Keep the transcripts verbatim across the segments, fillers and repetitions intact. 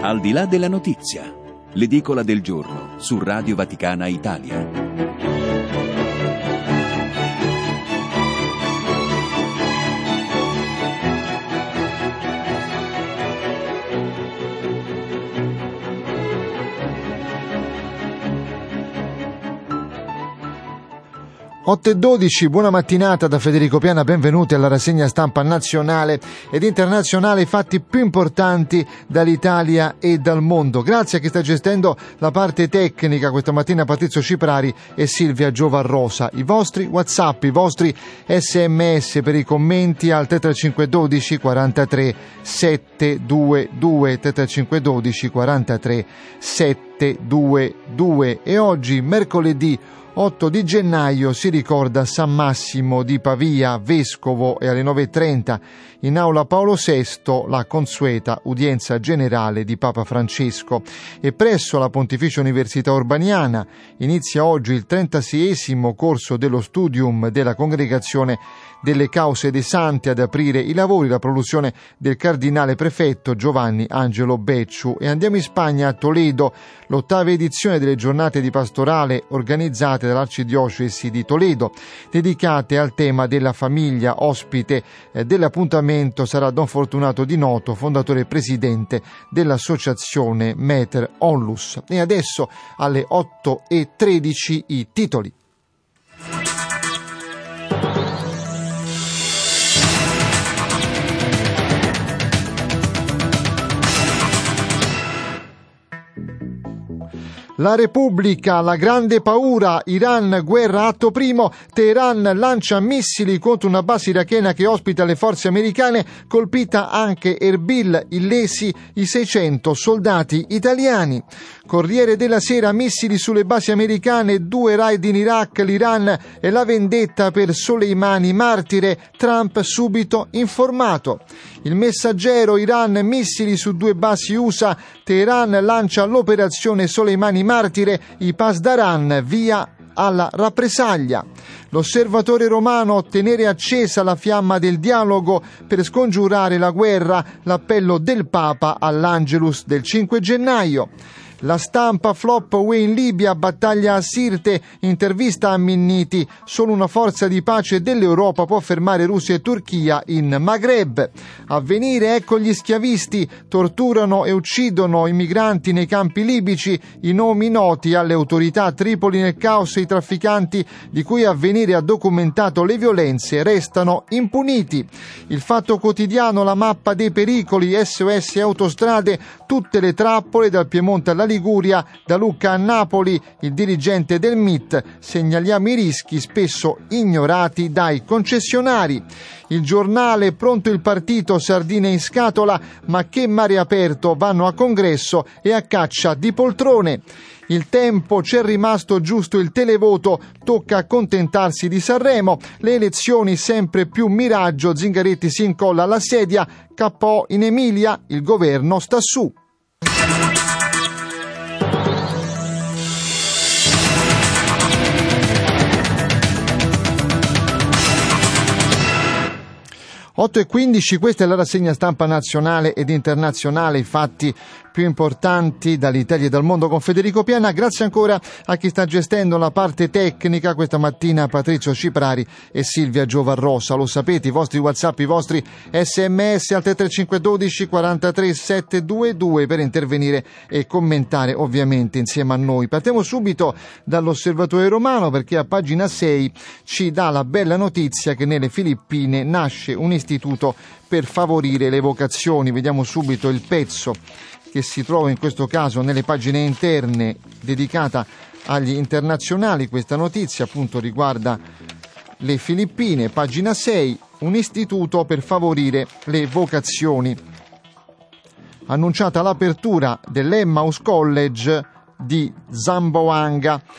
Al di là della notizia, l'edicola del giorno su Radio Vaticana Italia. otto e dodici, buona mattinata da Federico Piana, benvenuti alla rassegna stampa nazionale ed internazionale, i fatti più importanti dall'Italia e dal mondo. Grazie a chi sta gestendo la parte tecnica questa mattina, Patrizio Ciprari e Silvia Giovarrosa. I vostri WhatsApp, i vostri sms per i commenti al tre tre cinque uno due quarantatré settecentoventidue, tre tre cinque uno due quarantatré settecentoventidue. E oggi, mercoledì otto di gennaio, si ricorda San Massimo di Pavia, vescovo, e alle nove e trenta in aula Paolo sesto la consueta udienza generale di Papa Francesco. E presso la Pontificia Università Urbaniana inizia oggi il trentaseiesimo corso dello Studium della Congregazione delle Cause dei Santi. Ad aprire i lavori la produzione del cardinale prefetto Giovanni Angelo Becciu. E andiamo in Spagna, a Toledo, l'ottava edizione delle giornate di pastorale organizzate dall'Arcidiocesi di Toledo, dedicate al tema della famiglia. Ospite eh, dell'appuntamento sarà Don Fortunato Di Noto, fondatore e presidente dell'associazione Mater Onlus. E adesso alle otto e tredici i titoli. La Repubblica, la grande paura, Iran, guerra atto primo, Teheran lancia missili contro una base irachena che ospita le forze americane, colpita anche Erbil, illesi i seicento soldati italiani. Corriere della Sera, missili sulle basi americane, due raid in Iraq, l'Iran e la vendetta per Soleimani martire, Trump subito informato. Il Messaggero, Iran, missili su due basi U S A, Teheran lancia l'operazione Soleimani martire, i Pasdaran via alla rappresaglia. L'Osservatore Romano, tenere accesa la fiamma del dialogo per scongiurare la guerra, l'appello del Papa all'Angelus del cinque gennaio. La Stampa, flop UE in Libia, battaglia a Sirte, intervista a Minniti, solo una forza di pace dell'Europa può fermare Russia e Turchia in Maghreb. Avvenire, ecco gli schiavisti, torturano e uccidono i migranti nei campi libici, i nomi noti alle autorità. Tripoli nel caos, i trafficanti di cui Avvenire ha documentato le violenze restano impuniti. Il Fatto Quotidiano, la mappa dei pericoli, S O S autostrade, tutte le trappole dal Piemonte alla Liguria, da Lucca a Napoli. Il dirigente del M I T, segnaliamo i rischi spesso ignorati dai concessionari. Il Giornale, pronto il partito, sardine in scatola, ma che mare aperto, vanno a congresso e a caccia di poltrone. Il Tempo, c'è rimasto giusto il televoto, tocca accontentarsi di Sanremo, le elezioni sempre più miraggio, Zingaretti si incolla alla sedia, K O in Emilia, il governo sta su. otto e quindici, questa è la rassegna stampa nazionale ed internazionale, i fatti più importanti dall'Italia e dal mondo con Federico Piana. Grazie ancora a chi sta gestendo la parte tecnica questa mattina, Patrizio Ciprari e Silvia Giovarrosa. Lo sapete, i vostri WhatsApp, i vostri sms al tre tre cinque uno due quarantatré settecentoventidue per intervenire e commentare ovviamente insieme a noi. Partiamo subito dall'Osservatore Romano, perché a pagina sei ci dà la bella notizia che nelle Filippine nasce un istituto per favorire le vocazioni. Vediamo subito il pezzo che si trova in questo caso nelle pagine interne, dedicata agli internazionali. Questa notizia appunto riguarda le Filippine. Pagina sei, un istituto per favorire le vocazioni. Annunciata l'apertura dell'Emmaus College di Zamboanga.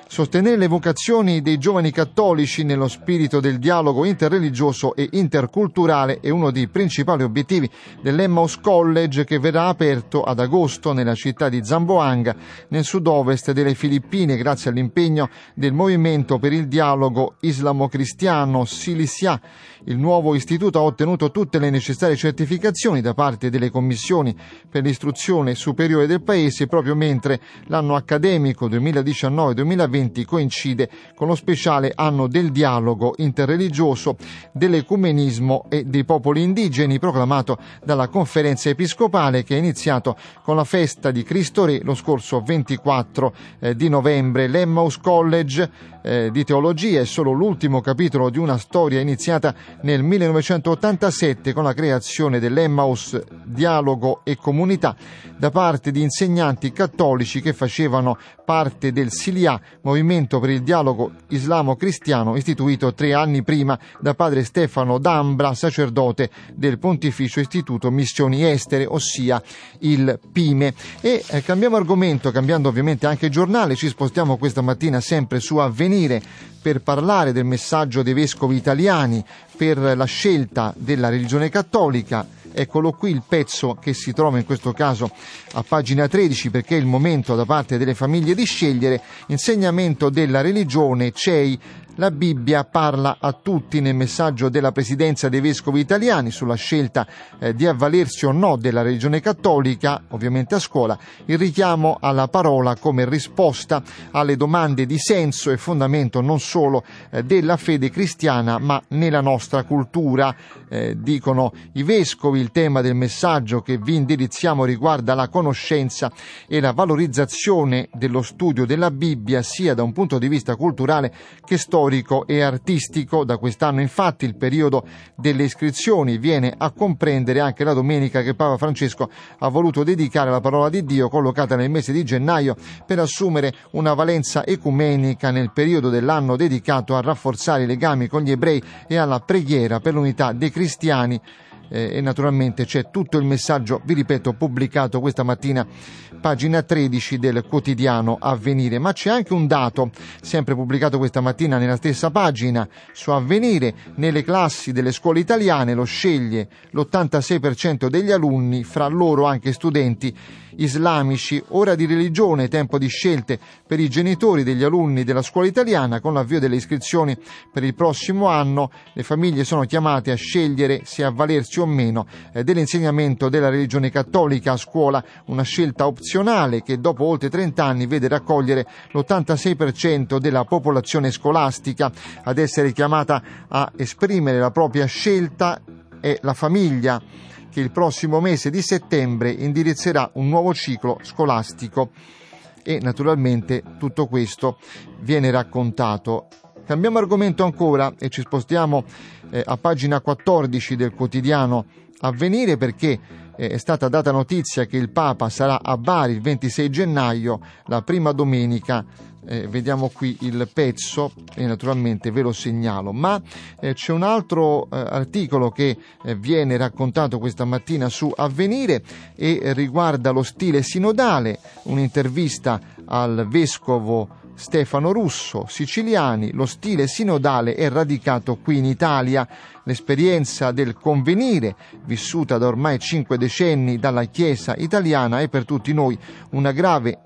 Sostenere le vocazioni dei giovani cattolici nello spirito del dialogo interreligioso e interculturale è uno dei principali obiettivi dell'Emmaus College, che verrà aperto ad agosto nella città di Zamboanga, nel sud-ovest delle Filippine, grazie all'impegno del Movimento per il Dialogo Islamo-Cristiano Silisia. Il nuovo istituto ha ottenuto tutte le necessarie certificazioni da parte delle commissioni per l'istruzione superiore del paese, proprio mentre l'anno accademico duemiladiciannove duemilaventi coincide con lo speciale anno del dialogo interreligioso, dell'ecumenismo e dei popoli indigeni, proclamato dalla Conferenza Episcopale, che è iniziato con la festa di Cristo Re lo scorso ventiquattro eh, di novembre. L'Emmaus College eh, di teologia è solo l'ultimo capitolo di una storia iniziata nel millenovecentottantasette con la creazione dell'Emmaus Dialogo e Comunità da parte di insegnanti cattolici che facevano parte del Silia, Movimento per il Dialogo Islamo-Cristiano, istituito tre anni prima da padre Stefano D'Ambra, sacerdote del Pontificio Istituto Missioni Estere, ossia il PIME. E eh, cambiamo argomento, cambiando ovviamente anche giornale. Ci spostiamo questa mattina sempre su Avvenire per parlare del messaggio dei vescovi italiani per la scelta della religione cattolica. Eccolo qui il pezzo che si trova in questo caso a pagina tredici, perché è il momento da parte delle famiglie di scegliere. Insegnamento della religione, C E I. La Bibbia parla a tutti nel messaggio della Presidenza dei Vescovi Italiani sulla scelta eh, di avvalersi o no della religione cattolica, ovviamente a scuola, il richiamo alla parola come risposta alle domande di senso e fondamento non solo eh, della fede cristiana ma nella nostra cultura. Eh, dicono i Vescovi, il tema del messaggio che vi indirizziamo riguarda la conoscenza e la valorizzazione dello studio della Bibbia sia da un punto di vista culturale che storico e artistico. Da quest'anno infatti il periodo delle iscrizioni viene a comprendere anche la domenica che Papa Francesco ha voluto dedicare alla parola di Dio, collocata nel mese di gennaio, per assumere una valenza ecumenica nel periodo dell'anno dedicato a rafforzare i legami con gli ebrei e alla preghiera per l'unità dei cristiani. Eh, e naturalmente c'è tutto il messaggio, vi ripeto, pubblicato questa mattina, pagina tredici del quotidiano Avvenire. Ma c'è anche un dato, sempre pubblicato questa mattina nella stessa pagina su Avvenire: nelle classi delle scuole italiane lo sceglie l'ottantasei per cento degli alunni, fra loro anche studenti islamici. Ora di religione, tempo di scelte per i genitori degli alunni della scuola italiana. Con l'avvio delle iscrizioni per il prossimo anno, le famiglie sono chiamate a scegliere se avvalersi o meno eh, dell'insegnamento della religione cattolica a scuola, una scelta opzionale che dopo oltre trenta anni vede raccogliere l'ottantasei per cento della popolazione scolastica. Ad essere chiamata a esprimere la propria scelta è la famiglia, che il prossimo mese di settembre indirizzerà un nuovo ciclo scolastico. E naturalmente tutto questo viene raccontato. Cambiamo argomento ancora e ci spostiamo eh, a pagina quattordici del quotidiano Avvenire, perché eh, è stata data notizia che il Papa sarà a Bari il ventisei gennaio, la prima domenica. Eh, vediamo qui il pezzo e naturalmente ve lo segnalo, ma eh, c'è un altro eh, articolo che eh, viene raccontato questa mattina su Avvenire e eh, riguarda lo stile sinodale, un'intervista al vescovo Stefano Russo. Siciliani, lo stile sinodale è radicato qui in Italia. L'esperienza del convenire, vissuta da ormai cinque decenni dalla Chiesa italiana, è per tutti noi una grave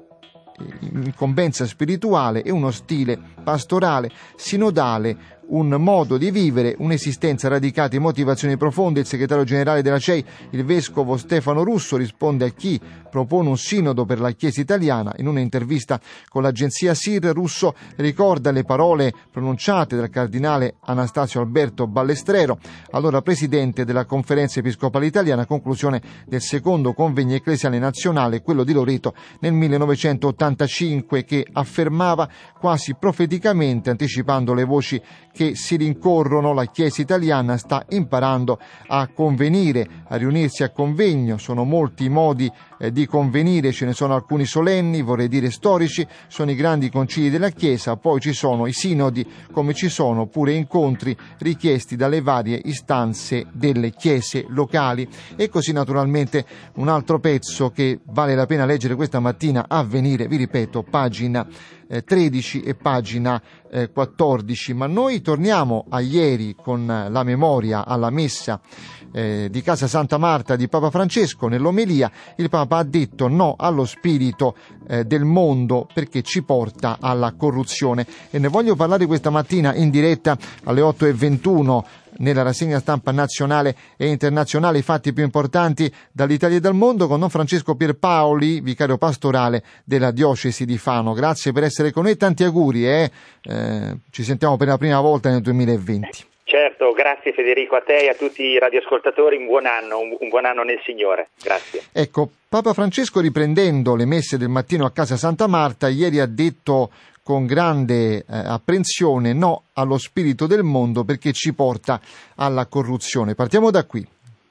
incombenza spirituale e uno stile pastorale sinodale, un modo di vivere, un'esistenza radicata in motivazioni profonde. Il segretario generale della C E I, il vescovo Stefano Russo, risponde a chi propone un sinodo per la Chiesa italiana. In un'intervista con l'agenzia S I R, Russo ricorda le parole pronunciate dal cardinale Anastasio Alberto Ballestrero, allora presidente della Conferenza Episcopale Italiana, a conclusione del secondo convegno ecclesiale nazionale, quello di Loreto, nel millenovecentottantacinque, che affermava quasi profeticamente, anticipando le voci che si rincorrono: la Chiesa italiana sta imparando a convenire, a riunirsi a convegno. Sono molti i modi eh, di convenire, ce ne sono alcuni solenni, vorrei dire storici, sono i grandi concili della Chiesa, poi ci sono i sinodi, come ci sono pure incontri richiesti dalle varie istanze delle chiese locali. E così naturalmente un altro pezzo che vale la pena leggere questa mattina, Avvenire, vi ripeto, pagina eh, tredici e pagina eh, quattordici. Ma noi torniamo a ieri con la memoria alla messa eh, di Casa Santa Marta di Papa Francesco. Nell'omelia il Papa ha detto no allo spirito eh, del mondo perché ci porta alla corruzione, e ne voglio parlare questa mattina in diretta alle otto e ventuno nella rassegna stampa nazionale e internazionale, i fatti più importanti dall'Italia e dal mondo, con Don Francesco Pierpaoli, vicario pastorale della diocesi di Fano. Grazie per essere con noi, tanti auguri, eh? Eh, ci sentiamo per la prima volta nel duemilaventi. Certo, grazie Federico, a te e a tutti i radioascoltatori, un buon anno, un, un buon anno nel Signore, grazie. Ecco, Papa Francesco, riprendendo le messe del mattino a Casa Santa Marta, ieri ha detto con grande eh, apprensione no allo spirito del mondo perché ci porta alla corruzione. Partiamo da qui.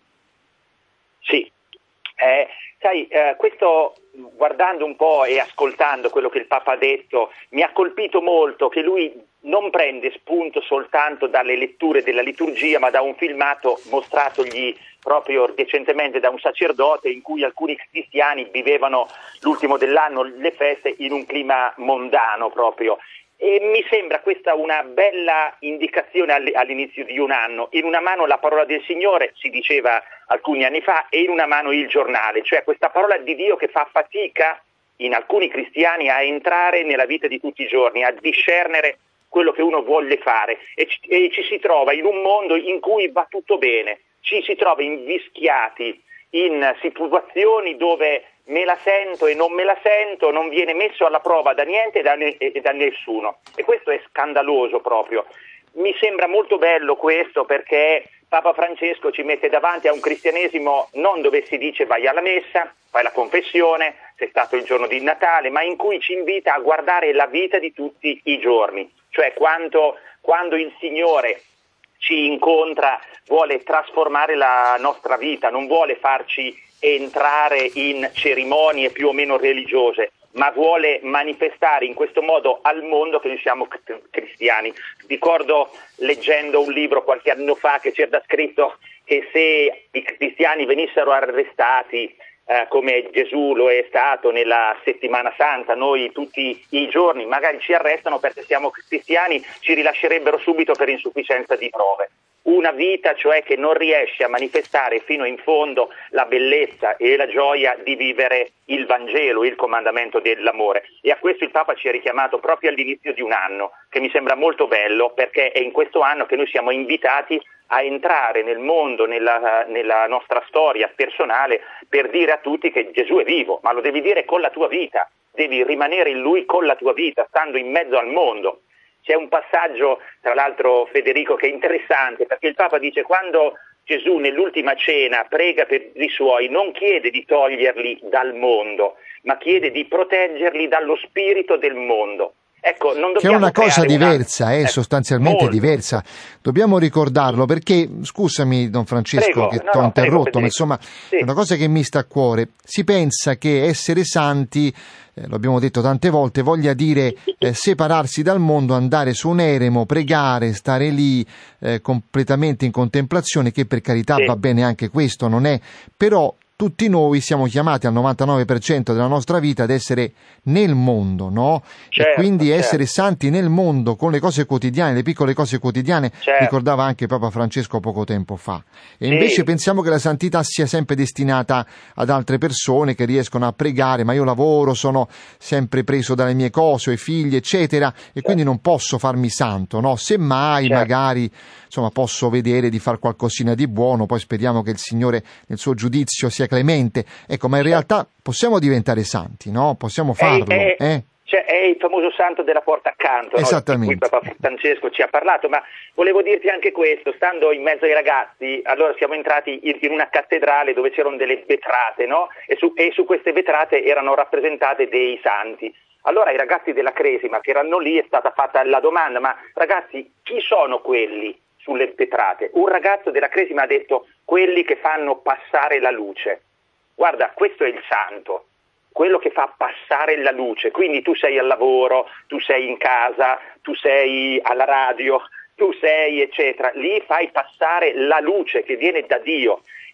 Sì, eh, sai, eh, questo, guardando un po' e ascoltando quello che il Papa ha detto, mi ha colpito molto che lui non prende spunto soltanto dalle letture della liturgia, ma da un filmato mostratogli proprio recentemente da un sacerdote in cui alcuni cristiani vivevano l'ultimo dell'anno, le feste, in un clima mondano proprio. E mi sembra questa una bella indicazione all'inizio di un anno. In una mano la parola del Signore, si diceva alcuni anni fa, e in una mano il giornale, cioè questa parola di Dio che fa fatica in alcuni cristiani a entrare nella vita di tutti i giorni, a discernere quello che uno vuole fare, e ci, e ci si trova in un mondo in cui va tutto bene, ci si trova invischiati in situazioni dove me la sento e non me la sento, non viene messo alla prova da niente e da, ne- e da nessuno, e questo è scandaloso proprio. Mi sembra molto bello questo, perché Papa Francesco ci mette davanti a un cristianesimo non dove si dice vai alla messa, fai la confessione, c'è stato il giorno di Natale, ma in cui ci invita a guardare la vita di tutti i giorni, cioè quando, quando il Signore ci incontra vuole trasformare la nostra vita, non vuole farci entrare in cerimonie più o meno religiose, ma vuole manifestare in questo modo al mondo che noi siamo cristiani. Ricordo leggendo un libro qualche anno fa che c'era scritto che se i cristiani venissero arrestati eh, come Gesù lo è stato nella settimana santa, noi tutti i giorni magari ci arrestano perché siamo cristiani, ci rilascerebbero subito per insufficienza di prove. Una vita, cioè, che non riesce a manifestare fino in fondo la bellezza e la gioia di vivere il Vangelo, il comandamento dell'amore. E a questo il Papa ci ha richiamato proprio all'inizio di un anno, che mi sembra molto bello, perché è in questo anno che noi siamo invitati a entrare nel mondo, nella, nella nostra storia personale, per dire a tutti che Gesù è vivo, ma lo devi dire con la tua vita, devi rimanere in Lui con la tua vita, stando in mezzo al mondo. C'è un passaggio, tra l'altro Federico, che è interessante, perché il Papa dice: quando Gesù nell'ultima cena prega per i suoi, non chiede di toglierli dal mondo, ma chiede di proteggerli dallo spirito del mondo. Ecco, non che è una cosa diversa, una... è eh, sostanzialmente molto. diversa. Dobbiamo ricordarlo, perché, scusami Don Francesco, prego, che no, ti ho no, interrotto, prego, ma insomma sì, è una cosa che mi sta a cuore. Si pensa che essere santi, eh, lo abbiamo detto tante volte, voglia dire eh, separarsi dal mondo, andare su un eremo, pregare, stare lì eh, completamente in contemplazione, che per carità sì, va bene anche questo, non è, però tutti noi siamo chiamati al novantanove per cento della nostra vita ad essere nel mondo, no? Certo, e quindi certo. essere santi nel mondo con le cose quotidiane, le piccole cose quotidiane, certo. ricordava anche Papa Francesco poco tempo fa. E sì, invece pensiamo che la santità sia sempre destinata ad altre persone che riescono a pregare, ma io lavoro, sono sempre preso dalle mie cose, ho i figli, eccetera, e certo, quindi non posso farmi santo, no? Semmai certo, magari insomma posso vedere di far qualcosina di buono, poi speriamo che il Signore nel suo giudizio sia clemente, ecco, ma in realtà possiamo diventare santi, no? Possiamo farlo, è, è, eh? Cioè, è il famoso santo della porta accanto, no? Di cui Papa Francesco ci ha parlato, ma volevo dirti anche questo: stando in mezzo ai ragazzi, allora siamo entrati in, in una cattedrale dove c'erano delle vetrate, no? E su, e su queste vetrate erano rappresentate dei santi. Allora ai ragazzi della Cresima che erano lì è stata fatta la domanda: ma ragazzi, chi sono quelli sulle vetrate? Un ragazzo della Cresima ha detto: quelli che fanno passare la luce. Guarda, questo è il santo, quello che fa passare la luce. Quindi tu sei al lavoro, tu sei in casa, tu sei alla radio, tu sei eccetera, lì fai passare la luce che viene da Dio.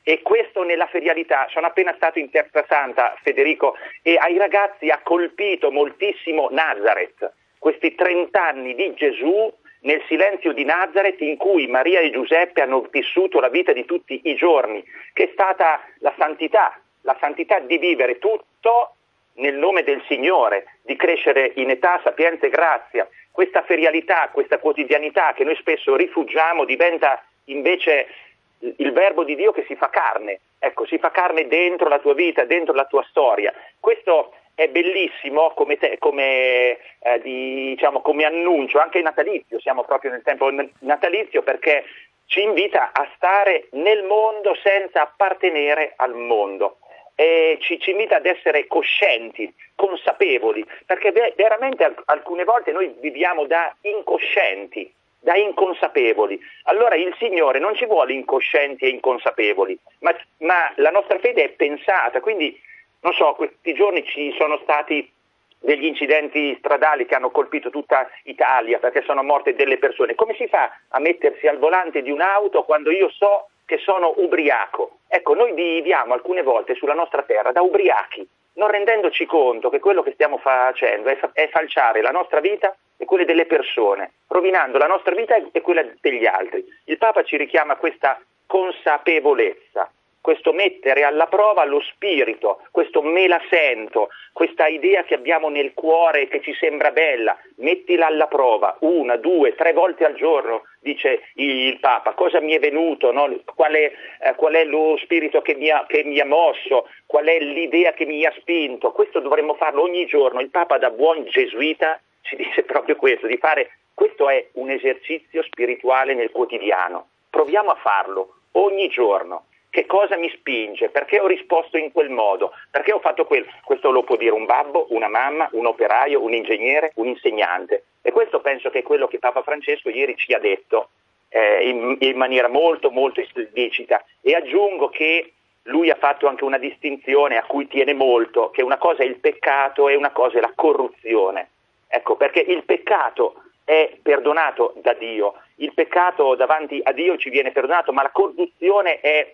E questo nella ferialità. Sono appena stato in Terza Santa, Federico, e ai ragazzi ha colpito moltissimo Nazareth, questi trent'anni di Gesù nel silenzio di Nazareth, in cui Maria e Giuseppe hanno vissuto la vita di tutti i giorni, che è stata la santità, la santità di vivere tutto nel nome del Signore, di crescere in età, sapienza e grazia. Questa ferialità, questa quotidianità che noi spesso rifugiamo diventa invece il verbo di Dio che si fa carne, ecco, si fa carne dentro la tua vita, dentro la tua storia. Questo è bellissimo come, te, come, eh, diciamo, come annuncio, anche natalizio, siamo proprio nel tempo natalizio, perché ci invita a stare nel mondo senza appartenere al mondo. E ci, ci invita ad essere coscienti, consapevoli, perché veramente alcune volte noi viviamo da incoscienti, da inconsapevoli. Allora il Signore non ci vuole incoscienti e inconsapevoli, ma, ma la nostra fede è pensata. Quindi, non so, questi giorni ci sono stati degli incidenti stradali che hanno colpito tutta Italia perché sono morte delle persone. Come si fa a mettersi al volante di un'auto quando io so che sono ubriaco? Ecco, noi viviamo alcune volte sulla nostra terra da ubriachi, non rendendoci conto che quello che stiamo facendo è, è falciare la nostra vita e quelle delle persone, rovinando la nostra vita e quella degli altri. Il Papa ci richiama a questa consapevolezza, questo mettere alla prova lo spirito, questo me la sento, questa idea che abbiamo nel cuore che ci sembra bella, mettila alla prova, una, due, tre volte al giorno, dice il Papa, cosa mi è venuto, no? qual, è, eh, qual è lo spirito che mi, ha, che mi ha mosso, qual è l'idea che mi ha spinto. Questo dovremmo farlo ogni giorno. Il Papa, da buon gesuita, ci dice proprio questo, di fare, questo è un esercizio spirituale nel quotidiano. Proviamo a farlo ogni giorno. Che cosa mi spinge? Perché ho risposto in quel modo? Perché ho fatto quello? Questo lo può dire un babbo, una mamma, un operaio, un ingegnere, un insegnante. E questo penso che è quello che Papa Francesco ieri ci ha detto eh, in, in maniera molto molto esplicita. E aggiungo che lui ha fatto anche una distinzione a cui tiene molto, che una cosa è il peccato e una cosa è la corruzione. Ecco, perché il peccato è perdonato da Dio, il peccato davanti a Dio ci viene perdonato, ma la corruzione è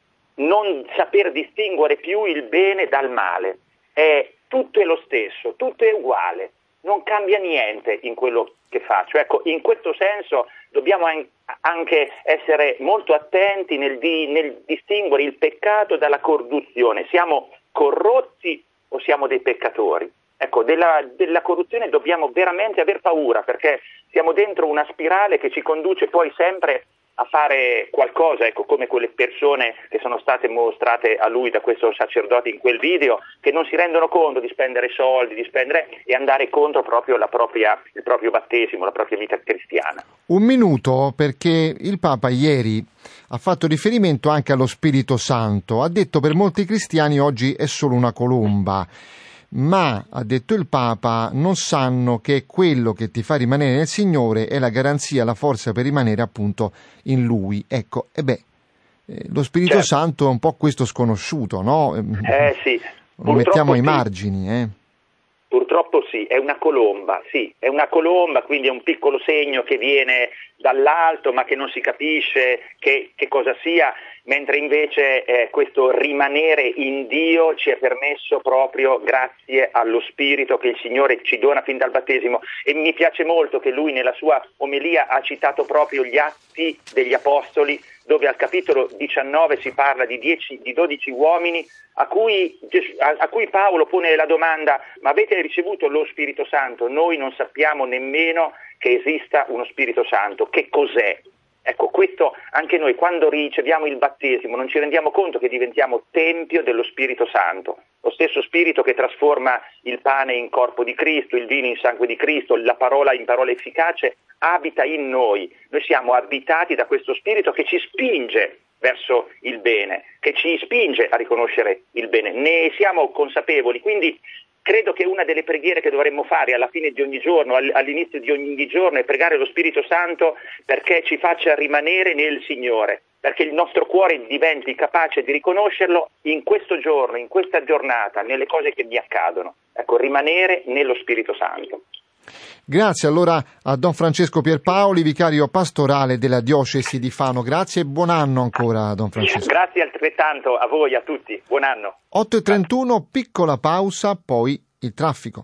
non saper distinguere più il bene dal male. È, tutto è lo stesso, tutto è uguale, non cambia niente in quello che faccio. Ecco, in questo senso dobbiamo anche essere molto attenti nel, di, nel distinguere il peccato dalla corruzione. Siamo corrotti o siamo dei peccatori? Ecco, della, della corruzione dobbiamo veramente aver paura, perché siamo dentro una spirale che ci conduce poi sempre a fare qualcosa, ecco, come quelle persone che sono state mostrate a lui da questo sacerdote in quel video, che non si rendono conto di spendere soldi, di spendere e andare contro proprio la propria, il proprio battesimo, la propria vita cristiana. Un minuto, perché il Papa ieri ha fatto riferimento anche allo Spirito Santo. Ha detto per molti cristiani oggi è solo una colomba, ma, ha detto il Papa, non sanno che quello che ti fa rimanere nel Signore è la garanzia, la forza per rimanere appunto in Lui. Ecco, e beh, eh, lo Spirito certo. Santo è un po' questo sconosciuto, no? Eh sì. Lo mettiamo ai sì. margini, eh. Purtroppo sì, è una colomba, sì, è una colomba, quindi è un piccolo segno che viene dall'alto ma che non si capisce che, che cosa sia, mentre invece eh, questo rimanere in Dio ci è permesso proprio grazie allo Spirito che il Signore ci dona fin dal battesimo. E mi piace molto che lui nella sua omelia ha citato proprio gli Atti degli Apostoli, dove al capitolo diciannove si parla di, dieci, di dodici uomini a cui, a, a cui Paolo pone la domanda: ma avete ricevuto lo Spirito Santo? Noi non sappiamo nemmeno che esista uno Spirito Santo. Che cos'è? Ecco, questo anche noi quando riceviamo il battesimo non ci rendiamo conto che diventiamo tempio dello Spirito Santo, lo stesso Spirito che trasforma il pane in corpo di Cristo, il vino in sangue di Cristo, la parola in parola efficace, abita in noi. Noi siamo abitati da questo Spirito che ci spinge verso il bene, che ci spinge a riconoscere il bene. Ne siamo consapevoli, quindi credo che una delle preghiere che dovremmo fare alla fine di ogni giorno, all'inizio di ogni giorno, è pregare lo Spirito Santo perché ci faccia rimanere nel Signore, perché il nostro cuore diventi capace di riconoscerlo in questo giorno, in questa giornata, nelle cose che mi accadono. Ecco, rimanere nello Spirito Santo. Grazie allora a Don Francesco Pierpaoli, vicario pastorale della diocesi di Fano. Grazie e buon anno ancora, Don Francesco. Grazie altrettanto a voi, a tutti. Buon anno. otto e trentuno, piccola pausa, poi il traffico.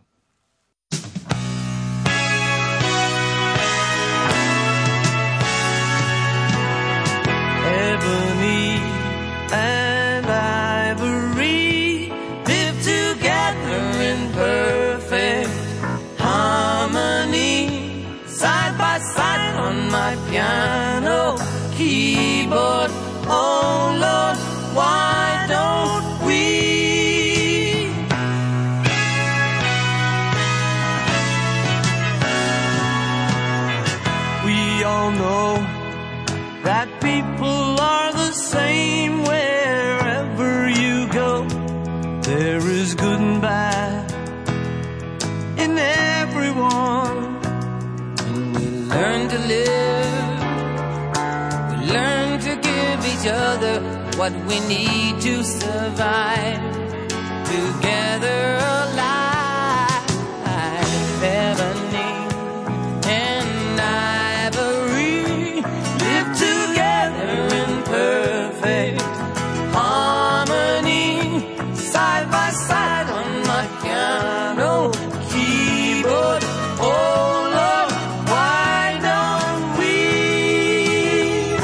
Ebony and ivory live together in perfect harmony, side by side on my piano keyboard. Oh Lord, why don't we? We all know that people are the same wherever you go. There is good and bad in everyone. When we learn to live, we learn to give each other what we need to survive. Together alive, ebony and ivory live together in perfect harmony, side by side on my piano keyboard. Oh Lord, why don't we?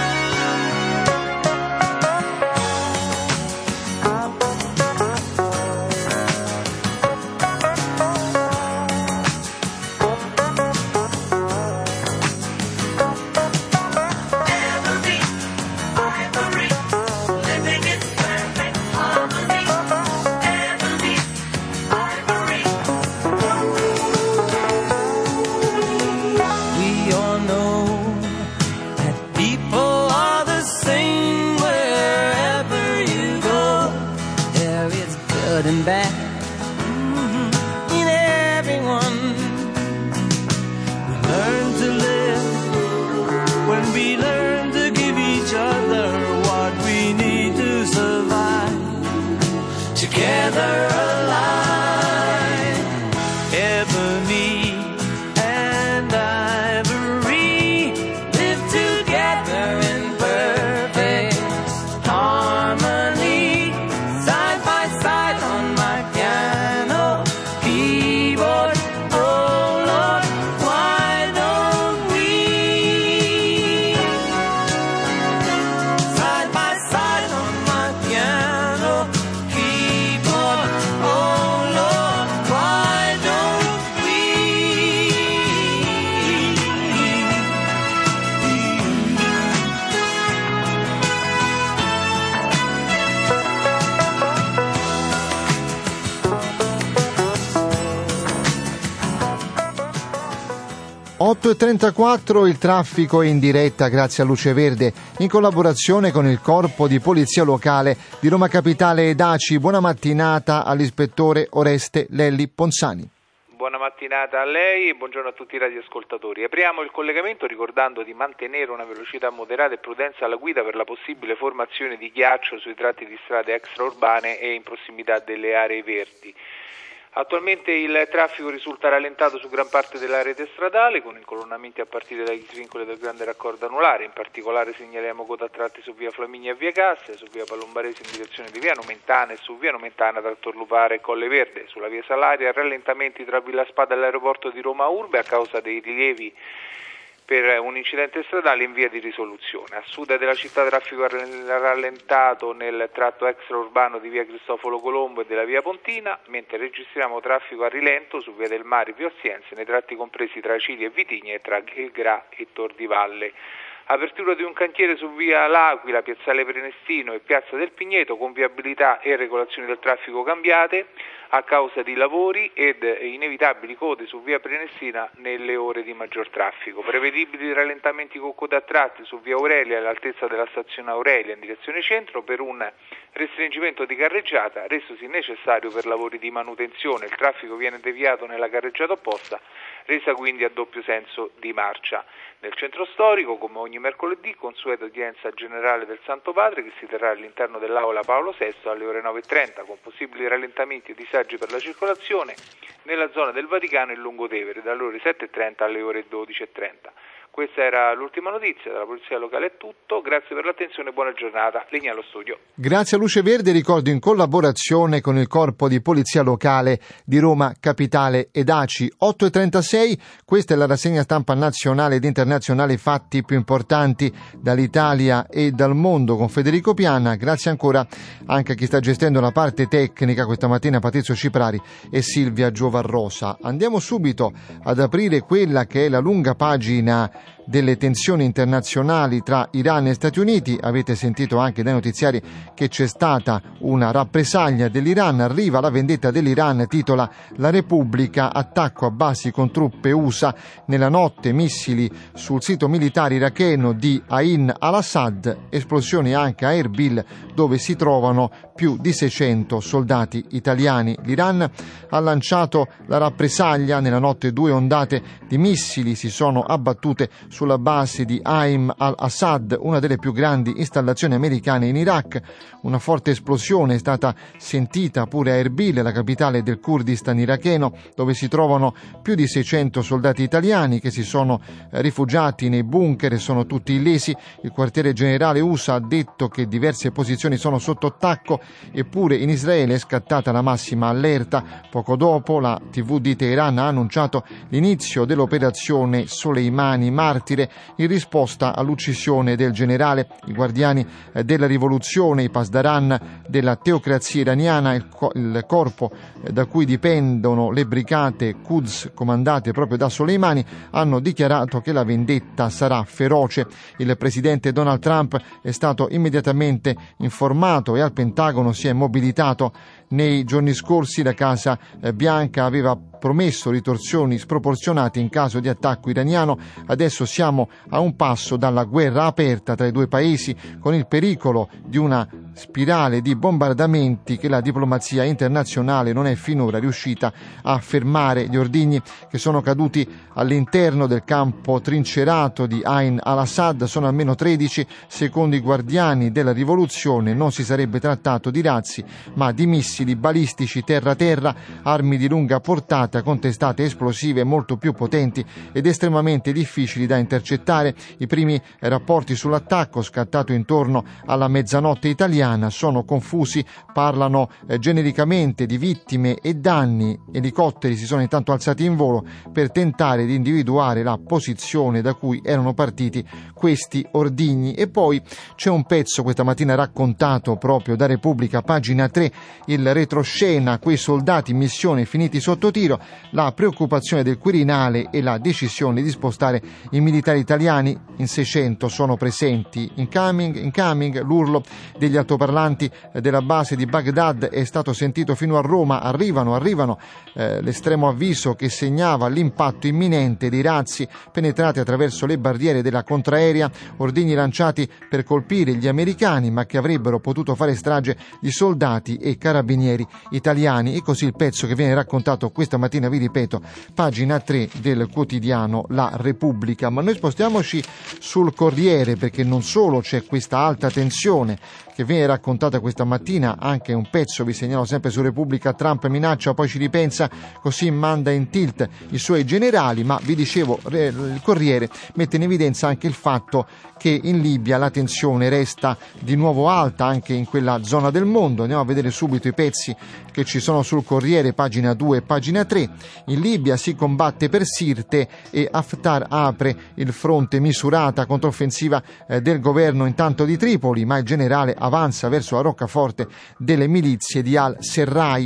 We all know that people are the same wherever you go. There is good and bad mhm, in everyone. We learn to live when we learn to give each other what we need to survive. Together alive, ebony and ivory live together in perfect harmony, side by side on my piano keyboard. Oh Lord, why don't we? Side by side on my piano keyboard. Oh Lord, why don't we? otto e trentaquattro, il traffico è in diretta grazie a Luce Verde, in collaborazione con il Corpo di Polizia Locale di Roma Capitale ed A C I. Buona mattinata all'ispettore Oreste Lelli Ponsani. Buona mattinata a lei e buongiorno a tutti i radioascoltatori. Apriamo il collegamento ricordando di mantenere una velocità moderata e prudenza alla guida per la possibile formazione di ghiaccio sui tratti di strade extraurbane e in prossimità delle aree verdi. Attualmente il traffico risulta rallentato su gran parte della rete stradale, con incolonnamenti a partire dagli svincoli del grande raccordo anulare. In particolare segnaliamo coda a tratti su via Flaminia e via Cassia, su via Palombarese in direzione di via Nomentana e su via Nomentana tra Torlupare e Colle Verde. Sulla via Salaria rallentamenti tra Villa Spada e l'aeroporto di Roma Urbe a causa dei rilievi per un incidente stradale in via di risoluzione. A sud della città traffico rallentato nel tratto extraurbano di via Cristoforo Colombo e della via Pontina, mentre registriamo traffico a rilento su via del Mare e via Ostiense nei tratti compresi tra Cili e Vitigna e tra Gra e Tor di Valle. Apertura di un cantiere su via L'Aquila, piazzale Prenestino e piazza del Pigneto con viabilità e regolazioni del traffico cambiate a causa di lavori ed inevitabili code su via Prenestina nelle ore di maggior traffico. Prevedibili rallentamenti con code a tratti su via Aurelia all'altezza della stazione Aurelia in direzione centro per un restringimento di carreggiata resosi necessario per lavori di manutenzione. Il traffico viene deviato nella carreggiata opposta, resa quindi a doppio senso di marcia. Nel centro storico, come ogni mercoledì, consueta udienza generale del Santo Padre che si terrà all'interno dell'Aula Paolo sesto alle ore nove e trenta, con possibili rallentamenti e disagi disagi per la circolazione nella zona del Vaticano e Lungotevere dalle ore sette e trenta alle ore dodici e trenta. Questa era l'ultima notizia dalla Polizia Locale, è tutto, grazie per l'attenzione e buona giornata. Linea allo studio. Grazie a Luce Verde, ricordo in collaborazione con il Corpo di Polizia Locale di Roma Capitale ed A C I. otto e trentasei, questa è la rassegna stampa nazionale ed internazionale, fatti più importanti dall'Italia e dal mondo con Federico Piana. Grazie ancora anche a chi sta gestendo la parte tecnica questa mattina, Patrizio Ciprari e Silvia Giovarrosa. Andiamo subito ad aprire quella che è la lunga pagina delle tensioni internazionali tra Iran e Stati Uniti. Avete sentito anche dai notiziari che c'è stata una rappresaglia dell'Iran, arriva la vendetta dell'Iran, titola La Repubblica, attacco a basi con truppe U S A nella notte, missili sul sito militare iracheno di Ain al-Assad, esplosioni anche a Erbil dove si trovano più di seicento soldati italiani. L'Iran ha lanciato la rappresaglia, nella notte due ondate di missili si sono abbattute sulla base di Ain al-Assad, una delle più grandi installazioni americane in Iraq. Una forte esplosione è stata sentita pure a Erbil, la capitale del Kurdistan iracheno, dove si trovano più di seicento soldati italiani che si sono rifugiati nei bunker e sono tutti illesi. Il quartiere generale U S A ha detto che diverse posizioni sono sotto attacco, eppure in Israele è scattata la massima allerta. Poco dopo la tivù di Teheran ha annunciato l'inizio dell'operazione Soleimani martire in risposta all'uccisione del generale. I guardiani della rivoluzione, i pasdaran della teocrazia iraniana, il, co- il corpo da cui dipendono le brigate Quds comandate proprio da Soleimani, hanno dichiarato che la vendetta sarà feroce. Il presidente Donald Trump è stato immediatamente informato e al Pentagono si è mobilitato. Nei giorni scorsi la Casa Bianca aveva promesso ritorsioni sproporzionate in caso di attacco iraniano. Adesso siamo a un passo dalla guerra aperta tra i due paesi, con il pericolo di una spirale di bombardamenti che la diplomazia internazionale non è finora riuscita a fermare. Gli ordigni che sono caduti all'interno del campo trincerato di Ain al-Assad sono almeno tredici. Secondo i guardiani della rivoluzione non si sarebbe trattato di razzi, ma di missili balistici terra-terra, armi di lunga portata con testate esplosive molto più potenti ed estremamente difficili da intercettare. I primi rapporti sull'attacco, scattato intorno alla mezzanotte italiana, sono confusi, parlano eh, genericamente di vittime e danni. Elicotteri si sono intanto alzati in volo per tentare di individuare la posizione da cui erano partiti questi ordigni. E poi c'è un pezzo questa mattina raccontato proprio da Repubblica, pagina tre, il retroscena, quei soldati in missione finiti sotto tiro, la preoccupazione del Quirinale e la decisione di spostare i militari italiani. In seicento sono presenti. Incoming, incoming, l'urlo degli altoparlanti della base di Baghdad è stato sentito fino a Roma. Arrivano, arrivano, eh, l'estremo avviso che segnava l'impatto imminente dei razzi penetrati attraverso le barriere della contraerea, ordigni lanciati per colpire gli americani ma che avrebbero potuto fare strage di soldati e carabinieri italiani. E così il pezzo che viene raccontato questa mattina, vi ripeto, pagina tre del quotidiano La Repubblica. Ma noi spostiamoci sul Corriere, perché non solo c'è questa alta tensione che viene raccontata questa mattina, anche un pezzo, vi segnalo sempre su Repubblica, Trump minaccia poi ci ripensa, così manda in tilt i suoi generali, ma vi dicevo il Corriere mette in evidenza anche il fatto che in Libia la tensione resta di nuovo alta anche in quella zona del mondo. Andiamo a vedere subito i pezzi che ci sono sul Corriere, pagina due e pagina tre. In Libia si combatte per Sirte e Haftar apre il fronte, misurata controffensiva eh, del governo intanto di Tripoli, ma il generale avanza verso la roccaforte delle milizie di al-Serraj.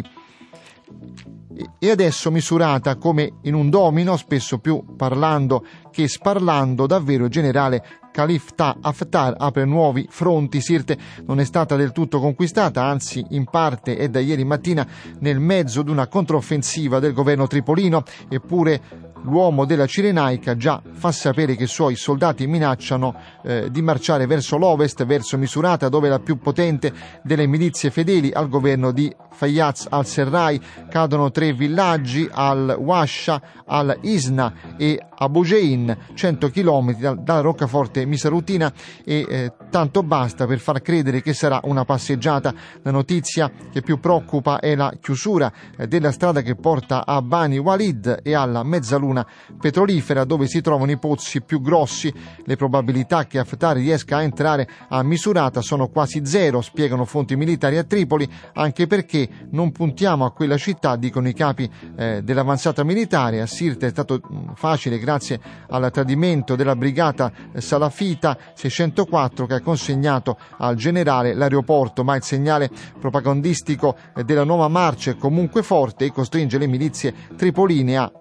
E adesso misurata come in un domino, spesso più parlando che sparlando, davvero il generale Khalifa Haftar apre nuovi fronti. Sirte non è stata del tutto conquistata, anzi in parte è da ieri mattina nel mezzo di una controffensiva del governo tripolino, eppure l'uomo della Cirenaica già fa sapere che i suoi soldati minacciano eh, di marciare verso l'ovest, verso Misurata, dove la più potente delle milizie fedeli al governo di Fayyaz al-Serraj. Cadono tre villaggi, al-Washa, al-Isna e a Bugein, cento chilometri da, dalla roccaforte Misarutina, e eh, tanto basta per far credere che sarà una passeggiata. La notizia che più preoccupa è la chiusura eh, della strada che porta a Bani Walid e alla mezzaluna petrolifera, dove si trovano i pozzi più grossi. Le probabilità che Haftar riesca a entrare a Misurata sono quasi zero, spiegano fonti militari a Tripoli, anche perché non puntiamo a quella città, dicono i capi eh, dell'avanzata militare. A Sirte è stato mh, facile grazie al tradimento della brigata salafita seicentoquattro, che ha consegnato al generale l'aeroporto, ma il segnale propagandistico della nuova marcia è comunque forte e costringe le milizie tripoline a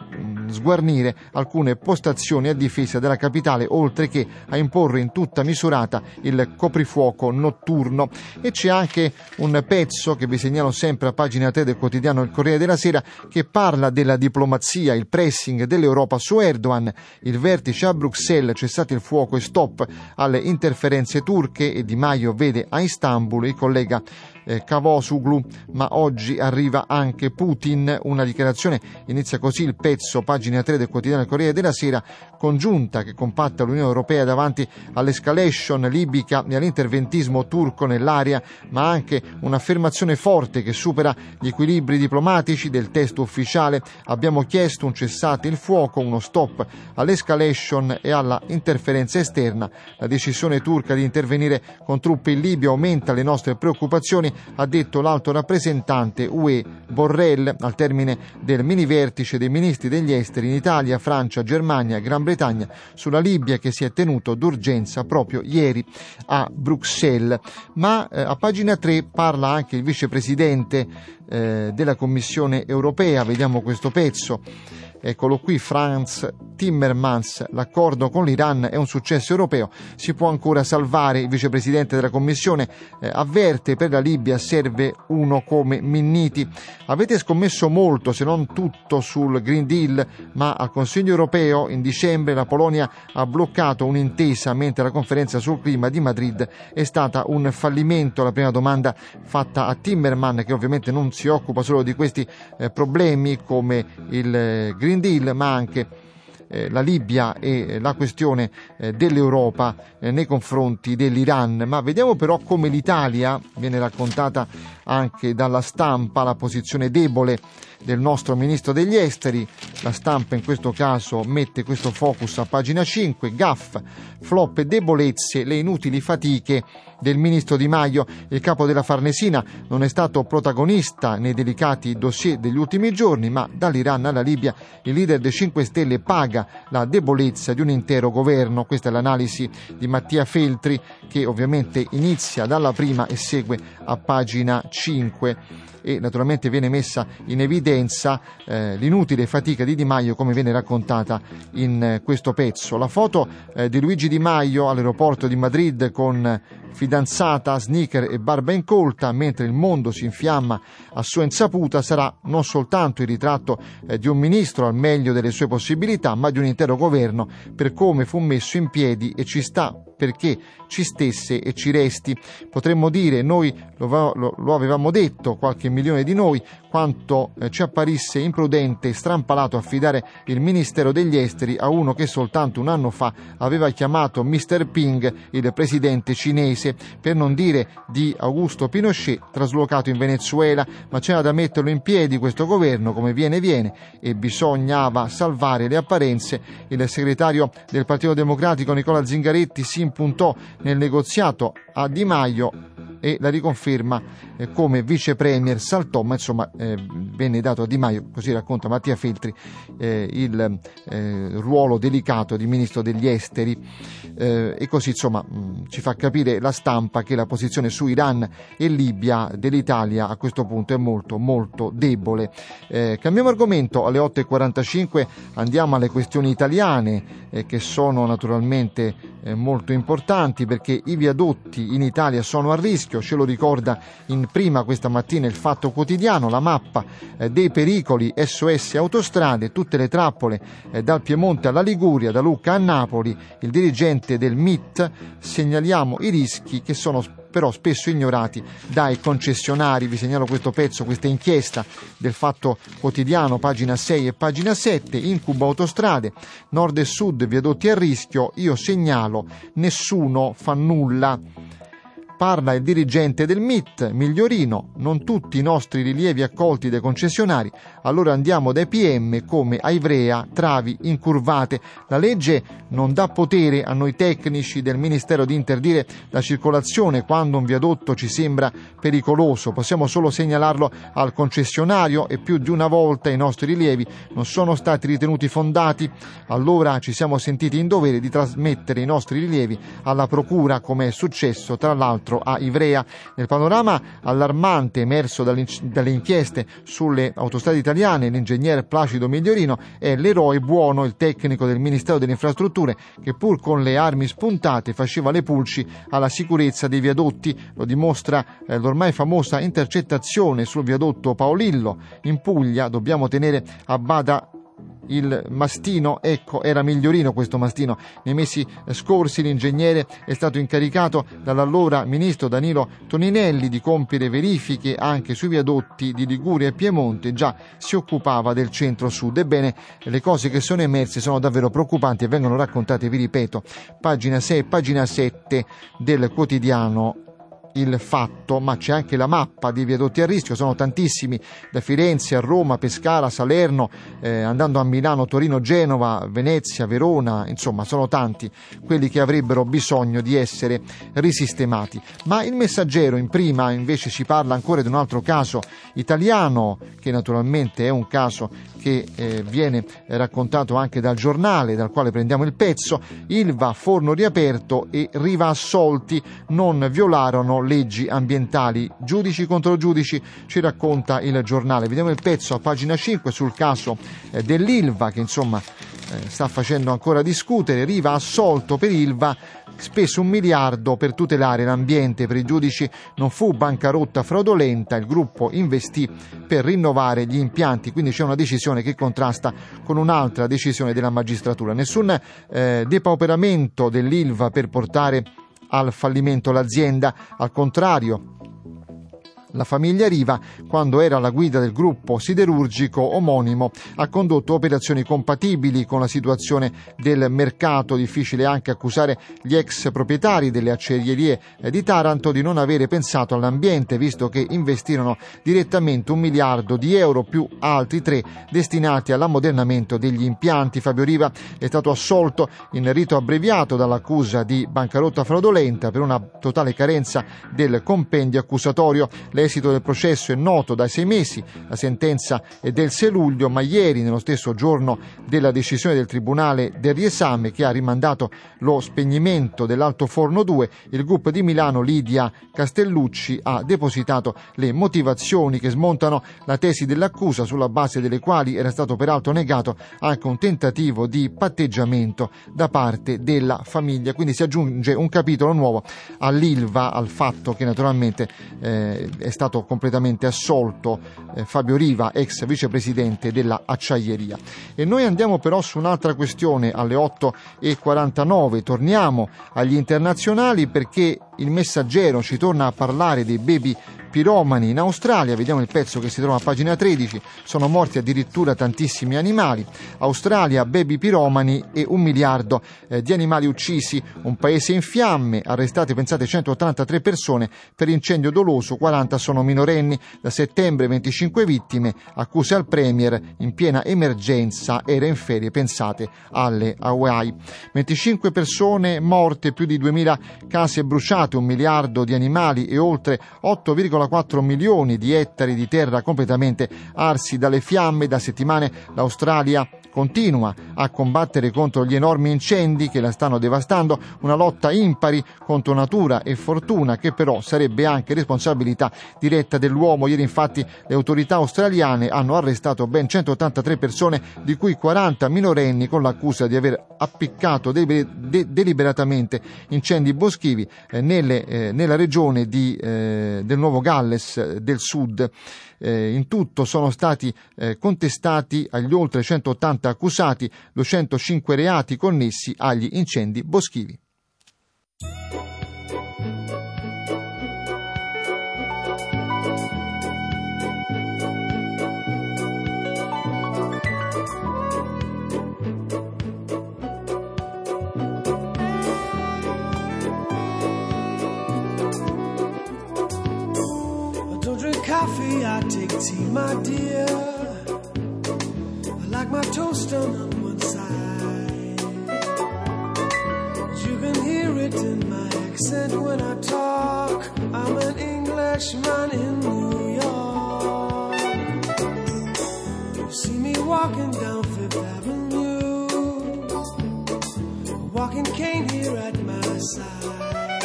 sguarnire alcune postazioni a difesa della capitale, oltre che a imporre in tutta Misurata il coprifuoco notturno. E c'è anche un pezzo che vi segnalo sempre a pagina tre del quotidiano Il Corriere della Sera, che parla della diplomazia, il pressing dell'Europa su Erdogan, il vertice a Bruxelles, cessate il fuoco e stop alle interferenze turche, e Di Maio vede a Istanbul il collega Eh, Cavusoglu, ma oggi arriva anche Putin. Una dichiarazione, inizia così il pezzo, pagina tre del quotidiano Corriere della Sera, congiunta che compatta l'Unione Europea davanti all'escalation libica e all'interventismo turco nell'area, ma anche un'affermazione forte che supera gli equilibri diplomatici del testo ufficiale. Abbiamo chiesto un cessate il fuoco, uno stop all'escalation e alla interferenza esterna. La decisione turca di intervenire con truppe in Libia aumenta le nostre preoccupazioni, ha detto l'alto rappresentante U E Borrell al termine del mini vertice dei ministri degli esteri in Italia, Francia, Germania e Gran Bretagna sulla Libia, che si è tenuto d'urgenza proprio ieri a Bruxelles. Ma eh, a pagina tre parla anche il vicepresidente eh, della Commissione europea. Vediamo questo pezzo. Eccolo qui, Franz Timmermans: l'accordo con l'Iran è un successo europeo, si può ancora salvare. Il vicepresidente della Commissione eh, avverte: per la Libia serve uno come Minniti. Avete scommesso molto, se non tutto, sul Green Deal, ma al Consiglio europeo in dicembre la Polonia ha bloccato un'intesa, mentre la conferenza sul clima di Madrid è stata un fallimento. La prima domanda fatta a Timmermans, che ovviamente non si occupa solo di questi eh, problemi come il eh, Green Deal, ma anche eh, la Libia e la questione eh, dell'Europa eh, nei confronti dell'Iran. Ma vediamo però come l'Italia viene raccontata anche dalla stampa, la posizione debole del nostro ministro degli esteri. La stampa in questo caso mette questo focus a pagina cinque: gaff, flop e debolezze, le inutili fatiche del ministro Di Maio. Il capo della Farnesina non è stato protagonista nei delicati dossier degli ultimi giorni, ma dall'Iran alla Libia il leader dei cinque Stelle paga la debolezza di un intero governo. Questa è l'analisi di Mattia Feltri, che ovviamente inizia dalla prima e segue a pagina cinque. E naturalmente viene messa in evidenza eh, l'inutile fatica di Di Maio, come viene raccontata in eh, questo pezzo. La foto eh, di Luigi Di Maio all'aeroporto di Madrid con fidanzata, sneaker e barba incolta, mentre il mondo si infiamma a sua insaputa, sarà non soltanto il ritratto eh, di un ministro al meglio delle sue possibilità, ma di un intero governo per come fu messo in piedi, e ci sta perché ci stesse e ci resti. Potremmo dire, noi lo, lo, lo avevamo detto, qualche milione di noi, quanto eh, ci apparisse imprudente e strampalato affidare il Ministero degli Esteri a uno che soltanto un anno fa aveva chiamato mister Ping, il presidente cinese, per non dire di Augusto Pinochet, traslocato in Venezuela. Ma c'era da metterlo in piedi questo governo, come viene viene, e bisognava salvare le apparenze. Il segretario del Partito Democratico Nicola Zingaretti si impuntò nel negoziato a Di Maio e la riconferma eh, come vice premier saltò, ma insomma eh, venne dato a Di Maio, così racconta Mattia Feltri, eh, il eh, ruolo delicato di ministro degli esteri, eh, e così insomma mh, ci fa capire la stampa che la posizione su Iran e Libia dell'Italia a questo punto è molto molto debole. Eh, cambiamo argomento. Alle otto e quarantacinque andiamo alle questioni italiane, eh, che sono naturalmente eh, molto importanti, perché i viadotti in Italia sono a rischio. Ce lo ricorda in prima questa mattina il Fatto Quotidiano, la mappa eh, dei pericoli, S O S autostrade, tutte le trappole eh, dal Piemonte alla Liguria, da Lucca a Napoli. Il dirigente del M I T: segnaliamo i rischi che sono però spesso ignorati dai concessionari. Vi segnalo questo pezzo, questa inchiesta del Fatto Quotidiano, pagina sei e pagina sette. Incubo autostrade, nord e sud, viadotti a rischio, io segnalo, nessuno fa nulla. Parla il dirigente del M I T, Migliorino, non tutti i nostri rilievi accolti dai concessionari, allora andiamo dai P M come a Ivrea, travi incurvate. La legge non dà potere a noi tecnici del Ministero di interdire la circolazione quando un viadotto ci sembra pericoloso, possiamo solo segnalarlo al concessionario e più di una volta i nostri rilievi non sono stati ritenuti fondati, allora ci siamo sentiti in dovere di trasmettere i nostri rilievi alla procura, come è successo tra l'altro a Ivrea. Nel panorama allarmante emerso dalle inchieste sulle autostrade italiane, l'ingegner Placido Migliorino è l'eroe buono, il tecnico del Ministero delle Infrastrutture che pur con le armi spuntate faceva le pulci alla sicurezza dei viadotti. Lo dimostra eh, l'ormai famosa intercettazione sul viadotto Paolillo in Puglia. Dobbiamo tenere a bada il mastino, ecco, era Migliorino questo mastino. Nei mesi scorsi l'ingegnere è stato incaricato dall'allora ministro Danilo Toninelli di compiere verifiche anche sui viadotti di Liguria e Piemonte, già si occupava del centro-sud. Ebbene, le cose che sono emerse sono davvero preoccupanti e vengono raccontate, vi ripeto, pagina sei e pagina sette del quotidiano Il Fatto, ma c'è anche la mappa dei viadotti a rischio, sono tantissimi, da Firenze a Roma, Pescara, Salerno, eh, andando a Milano, Torino, Genova, Venezia, Verona, insomma sono tanti quelli che avrebbero bisogno di essere risistemati. Ma il Messaggero in prima invece ci parla ancora di un altro caso italiano, che naturalmente è un caso che eh, viene raccontato anche dal giornale dal quale prendiamo il pezzo. Ilva, forno riaperto e Riva assolti, non violarono leggi ambientali, giudici contro giudici, ci racconta il giornale. Vediamo il pezzo a pagina cinque sul caso eh, dell'Ilva che insomma eh, sta facendo ancora discutere. Riva assolto per Ilva, speso un miliardo per tutelare l'ambiente, per i giudici non fu bancarotta fraudolenta, il gruppo investì per rinnovare gli impianti, quindi c'è una decisione che contrasta con un'altra decisione della magistratura. Nessun eh, depauperamento dell'Ilva per portare al fallimento l'azienda, al contrario. La famiglia Riva, quando era alla guida del gruppo siderurgico omonimo, ha condotto operazioni compatibili con la situazione del mercato. Difficile anche accusare gli ex proprietari delle acciaierie di Taranto di non avere pensato all'ambiente, visto che investirono direttamente un miliardo di euro più altri tre destinati all'ammodernamento degli impianti. Fabio Riva è stato assolto in rito abbreviato dall'accusa di bancarotta fraudolenta per una totale carenza del compendio accusatorio. L'esito del processo è noto da sei mesi, la sentenza è del sei luglio, ma ieri, nello stesso giorno della decisione del Tribunale del riesame che ha rimandato lo spegnimento dell'Altoforno due, il gruppo di Milano Lidia Castellucci ha depositato le motivazioni che smontano la tesi dell'accusa, sulla base delle quali era stato peraltro negato anche un tentativo di patteggiamento da parte della famiglia. Quindi si aggiunge un capitolo nuovo all'Ilva, al fatto che naturalmente eh, è stato completamente assolto eh, Fabio Riva, ex vicepresidente della acciaieria. E noi andiamo però su un'altra questione alle otto e quarantanove, torniamo agli internazionali perché il Messaggero ci torna a parlare dei baby piromani in Australia. Vediamo il pezzo che si trova a pagina tredici, sono morti addirittura tantissimi animali. Australia, baby piromani e un miliardo eh, di animali uccisi, un paese in fiamme, arrestate pensate centottantatré persone per incendio doloso, quaranta sono minorenni, da settembre venticinque vittime, accuse al premier in piena emergenza, era in ferie pensate alle Hawaii. venticinque persone morte, più di duemila case bruciate, un miliardo di animali e oltre otto virgola quattro milioni di ettari di terra completamente arsi dalle fiamme. Da settimane l'Australia continua a combattere contro gli enormi incendi che la stanno devastando, una lotta impari contro natura e fortuna che però sarebbe anche responsabilità diretta dell'uomo. Ieri infatti le autorità australiane hanno arrestato ben centottantatré persone, di cui quaranta minorenni, con l'accusa di aver appiccato de- de- deliberatamente incendi boschivi eh, nelle, eh, nella regione di, eh, del Nuovo Galles eh, del Sud. Eh, in tutto sono stati eh, contestati agli oltre centottanta accusati duecentocinque reati connessi agli incendi boschivi. coffee, I take tea, my dear. I like my toast done on one side. You can hear it in my accent when I talk. I'm an Englishman in New York. You see me walking down Fifth Avenue, a walking cane here at my side.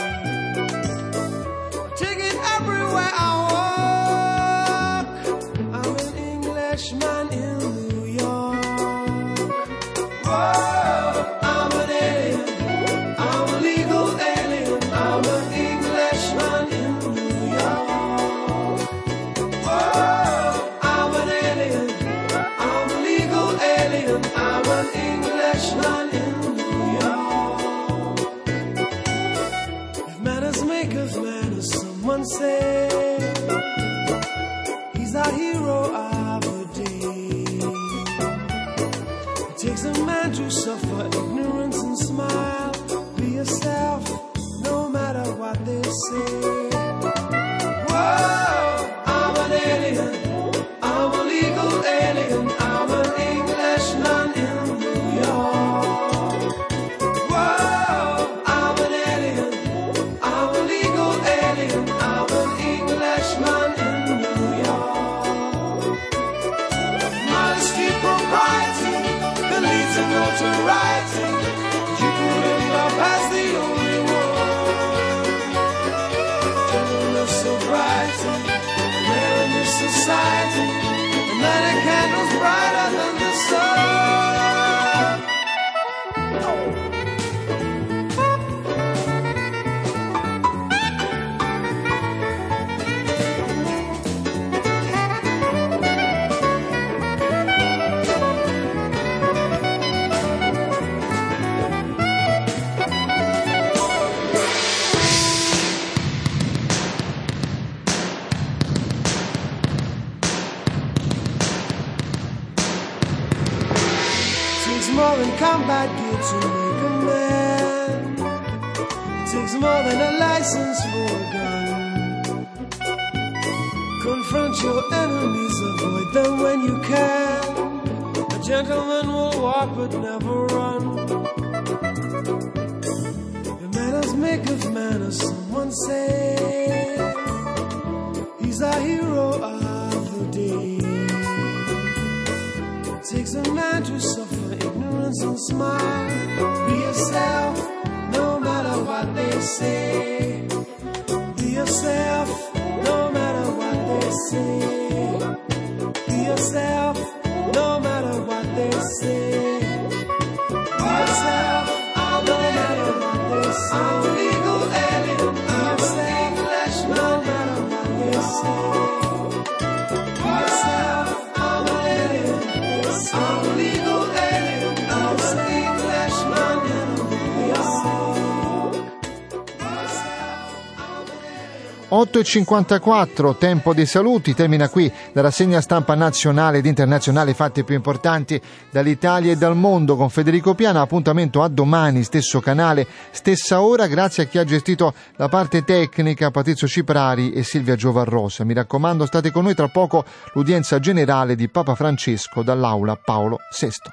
I take it everywhere I walk. I'm an Englishman in New York. Whoa, I'm an alien. I'm a legal alien. I'm an Englishman in New York. Whoa, I'm an alien. I'm a legal alien. I'm an Englishman in New York. If manners make us manners, someone say he's our hero of the day. It takes a man to suffer ignorance and smile. Be yourself, no matter what they say. Whoa, I'm an alien. I'm a legal alien. I'm an Englishman in New York. Whoa, I'm an alien. I'm a legal alien. I'm an Englishman in New York. Modesty, propriety, that leads to notoriety. Keeping it up as the only one. Gentleness, sobriety, rare in this society. And many candles brighter than the sun. Takes more than combat gear to make a man. Takes more than a license for a gun. Confront your enemies, avoid them when you can. A gentleman will walk but never run. The manners make of manners, someone say. He's our hero of the day. It takes a man to suffer ignorance and smile. Be yourself, no matter what they say. Be yourself, no matter what they say. Be yourself, no matter what they say. Be yourself, no matter what they say. I'm a legal alien. I'm an Englishman, no matter what they say. Be yourself, I'm an alien. I'm a legal alien. I'm an Englishman in New York. otto e cinquantaquattro, tempo dei saluti. Termina qui la rassegna stampa nazionale ed internazionale, fatti più importanti dall'Italia e dal mondo, con Federico Piana. Appuntamento a domani, stesso canale, stessa ora. Grazie a chi ha gestito la parte tecnica, Patrizio Ciprari e Silvia Giovarrosa. Mi raccomando, state con noi, tra poco l'udienza generale di Papa Francesco dall'Aula Paolo sesto.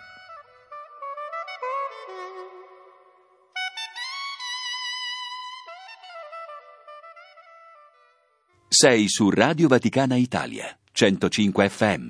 Sei su Radio Vaticana Italia, centocinque F M.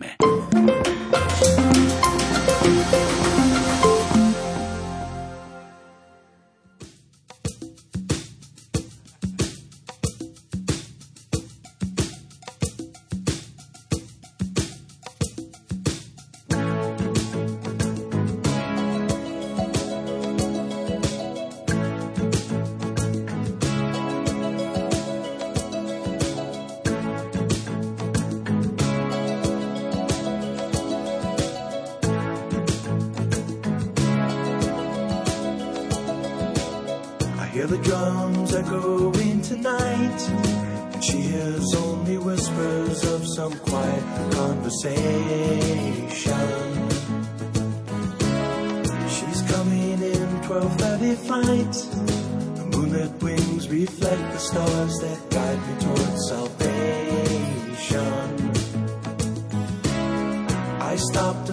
Hear the drums echoing tonight, and she hears only whispers of some quiet conversation. She's coming in twelve thirty flight. The moonlit wings reflect the stars that guide me towards salvation.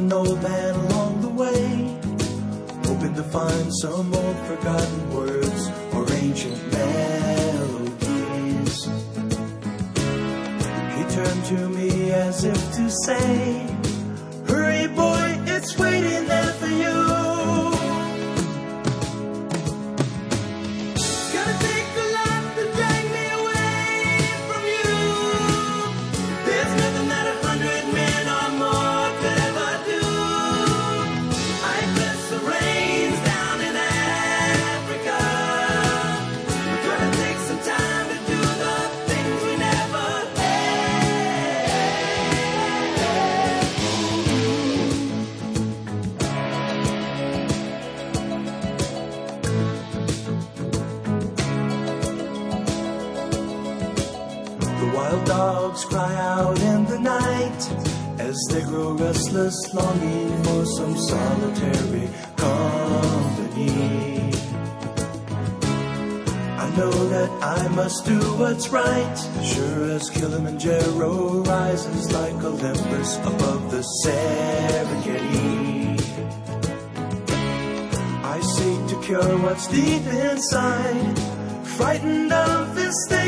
an old man along the way, hoping to find some old forgotten words or ancient melodies. He turned to me as if to say, hurry boy, it's waiting there for you. Gonna take a lot to drag me away from you. There's nothing that a hundred men or more could ever do. I bless the rains down in Africa. We're gonna take some time to do the things we never Wild dogs cry out in the night as they grow restless, longing for some solitary company. I know that I must do what's right, sure as Kilimanjaro rises like Olympus above the Serengeti. I seek to cure what's deep inside, frightened of this thing